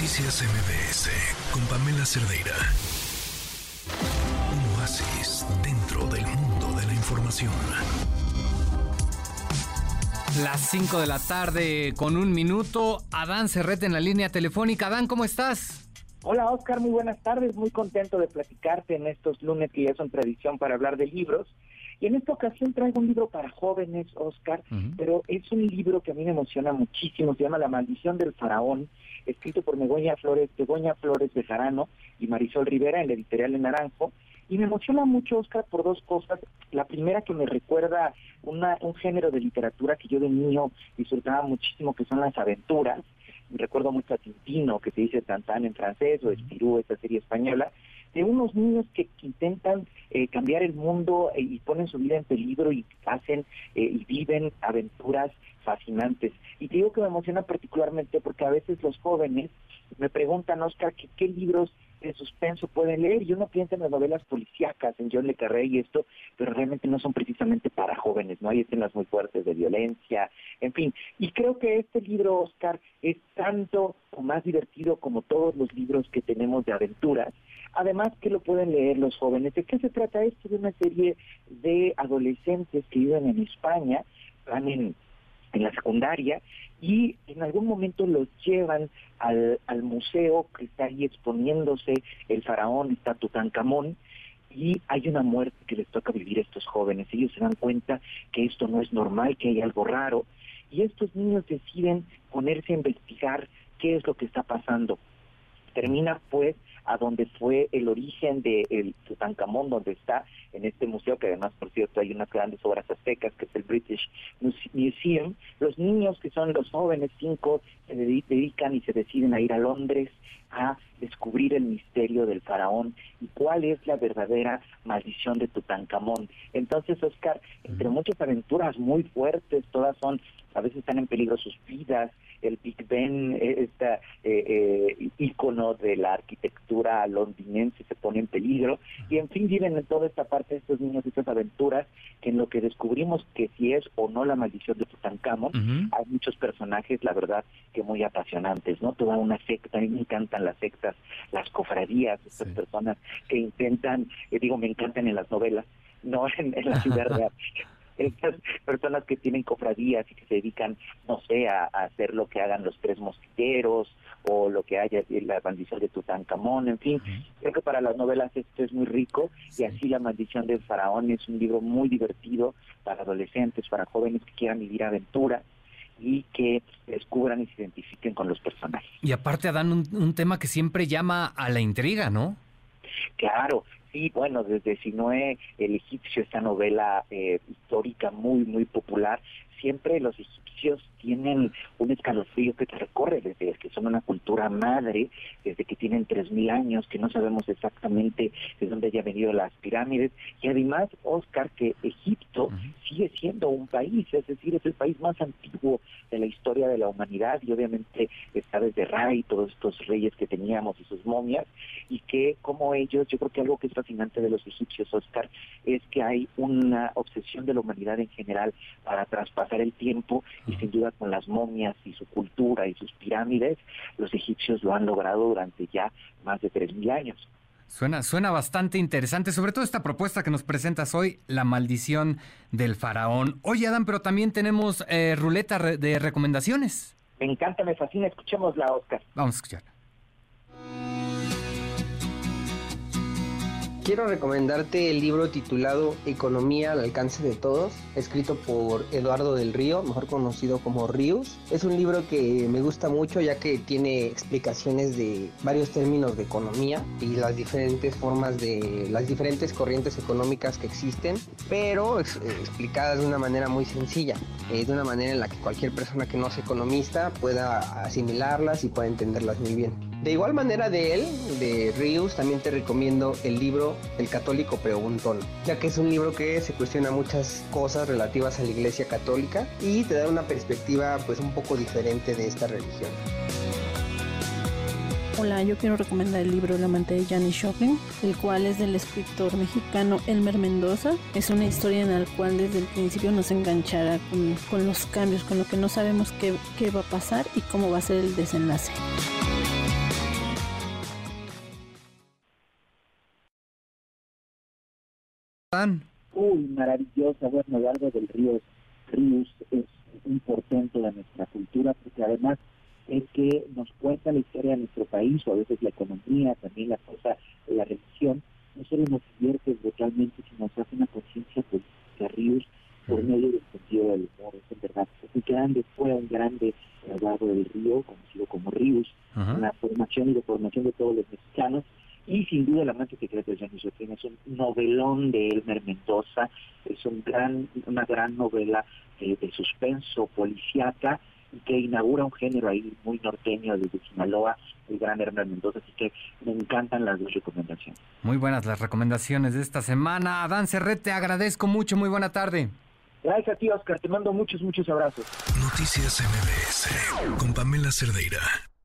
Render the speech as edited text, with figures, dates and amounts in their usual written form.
Noticias MBS con Pamela Cerdeira. Un oasis dentro del mundo de la información. Las 5 de la tarde con 1 minuto. Adán Cerrete en la línea telefónica. Adán, ¿cómo estás? Hola, Oscar, muy buenas tardes. Muy contento de platicarte en estos lunes que ya son tradición para hablar de libros. Y en esta ocasión traigo un libro para jóvenes, Oscar, pero es un libro que a mí me emociona muchísimo. Se llama La maldición del faraón, escrito por Begoña Flores Bejarano y Marisol Rivera en la editorial de Naranjo. Y me emociona mucho, Oscar, por dos cosas. La primera, que me recuerda un género de literatura que yo de niño disfrutaba muchísimo, que son las aventuras. Me recuerdo mucho a Tintino, que se dice Tantán en francés, o Spirou, esta serie española, de unos niños que intentan cambiar el mundo y ponen su vida en peligro y hacen y viven aventuras fascinantes. Y te digo que me emociona particularmente porque a veces los jóvenes me preguntan, Oscar, ¿qué libros de suspenso pueden leer? Y uno piensa en las novelas policíacas, en John le Carré y esto, pero realmente no son precisamente para jóvenes, ¿no? Hay escenas muy fuertes de violencia, en fin. Y creo que este libro, Oscar, es tanto o más divertido como todos los libros que tenemos de aventuras. Además que lo pueden leer los jóvenes. ¿De qué se trata esto? De una serie de adolescentes que viven en España, van en la secundaria, y en algún momento los llevan al museo que está ahí exponiéndose el faraón, está Tutankamón, y hay una muerte que les toca vivir a estos jóvenes. Ellos se dan cuenta que esto no es normal, que hay algo raro, y estos niños deciden ponerse a investigar qué es lo que está pasando. Termina pues a donde fue el origen del Tutankamón, donde está en este museo, que además, por cierto, hay unas grandes obras aztecas, que es el British Museum. Los niños, que son los jóvenes, 5, se dedican y se deciden a ir a Londres a descubrir el misterio del faraón y cuál es la verdadera maldición de Tutankamón. Entonces, Oscar, entre muchas aventuras muy fuertes, todas son, a veces están en peligro sus vidas. El Big Ben, ícono de la arquitectura londinense, se pone en peligro, y en fin, viven en toda esta parte de estos niños, estas aventuras, que en lo que descubrimos que si es o no la maldición de Tutankamón, hay muchos personajes, la verdad, que muy apasionantes, ¿no? Toda una secta, a mí me encantan las sectas, las cofradías, estas personas que intentan, me encantan en las novelas, no en la ciudad real. Estas personas que tienen cofradías y que se dedican, no sé, a hacer lo que hagan los 3 mosquiteros o lo que haya la maldición de Tutankamón, en fin. Creo que para las novelas esto es muy rico, y así La maldición del faraón es un libro muy divertido para adolescentes, para jóvenes que quieran vivir aventuras y que descubran y se identifiquen con los personajes. Y aparte, Adán, un tema que siempre llama a la intriga, ¿no? Claro. Sí, bueno, desde Sinué el egipcio, esta novela histórica muy, muy popular, siempre los egipcios tienen un escalofrío que te recorre desde que son una cultura madre, desde que tienen 3,000 años, que no sabemos exactamente de dónde hayan venido las pirámides, y además, Oscar, que Egipto sigue siendo un país, es decir, es el país más antiguo de la historia de la humanidad, y obviamente está desde Ra y todos estos reyes que teníamos y sus momias, y que como ellos, yo creo que algo que es fascinante de los egipcios, Oscar, es que hay una obsesión de la humanidad en general para traspasar el tiempo, y sin duda con las momias y su cultura y sus pirámides, los egipcios lo han logrado durante ya más de 3,000 años. Suena bastante interesante, sobre todo esta propuesta que nos presentas hoy, La maldición del faraón. Oye, Adán, pero también tenemos ruleta de recomendaciones. Me encanta, me fascina, escuchémosla, Oscar. Vamos a escucharla. Quiero recomendarte el libro titulado Economía al alcance de todos, escrito por Eduardo del Río, mejor conocido como Ríos. Es un libro que me gusta mucho, ya que tiene explicaciones de varios términos de economía y las diferentes formas de las diferentes corrientes económicas que existen, pero explicadas de una manera muy sencilla, de una manera en la que cualquier persona que no sea economista pueda asimilarlas y pueda entenderlas muy bien. De igual manera de Ríos, también te recomiendo el libro El católico preguntón, ya que es un libro que se cuestiona muchas cosas relativas a la Iglesia Católica y te da una perspectiva pues un poco diferente de esta religión. Hola, yo quiero recomendar el libro El amante de Janis Joplin, el cual es del escritor mexicano Elmer Mendoza. Es una historia en la cual desde el principio nos enganchará con los cambios, con lo que no sabemos qué va a pasar y cómo va a ser el desenlace. Adán? Uy, maravillosa. Bueno, Eduardo del Ríos es un portento de nuestra cultura, porque además es que nos cuenta la historia de nuestro país, o a veces la economía, también la cosa de la religión. No solo nos divierte brutalmente, sino nos hace una conciencia política. Ríos, por medio del sentido del humor, es en verdad. Fue un grande Eduardo del Río, conocido como Ríos, la formación y deformación de todos los mexicanos. Y sin duda El amante secreto de Janis Joplin es un novelón de Elmer Mendoza, es una gran novela de suspenso policíaca que inaugura un género ahí muy norteño desde Sinaloa, el gran Elmer Mendoza, así que me encantan las dos recomendaciones. Muy buenas las recomendaciones de esta semana. Adán Serret, te agradezco mucho, muy buena tarde. Gracias a ti, Oscar, te mando muchos abrazos. Noticias MBS con Pamela Cerdeira.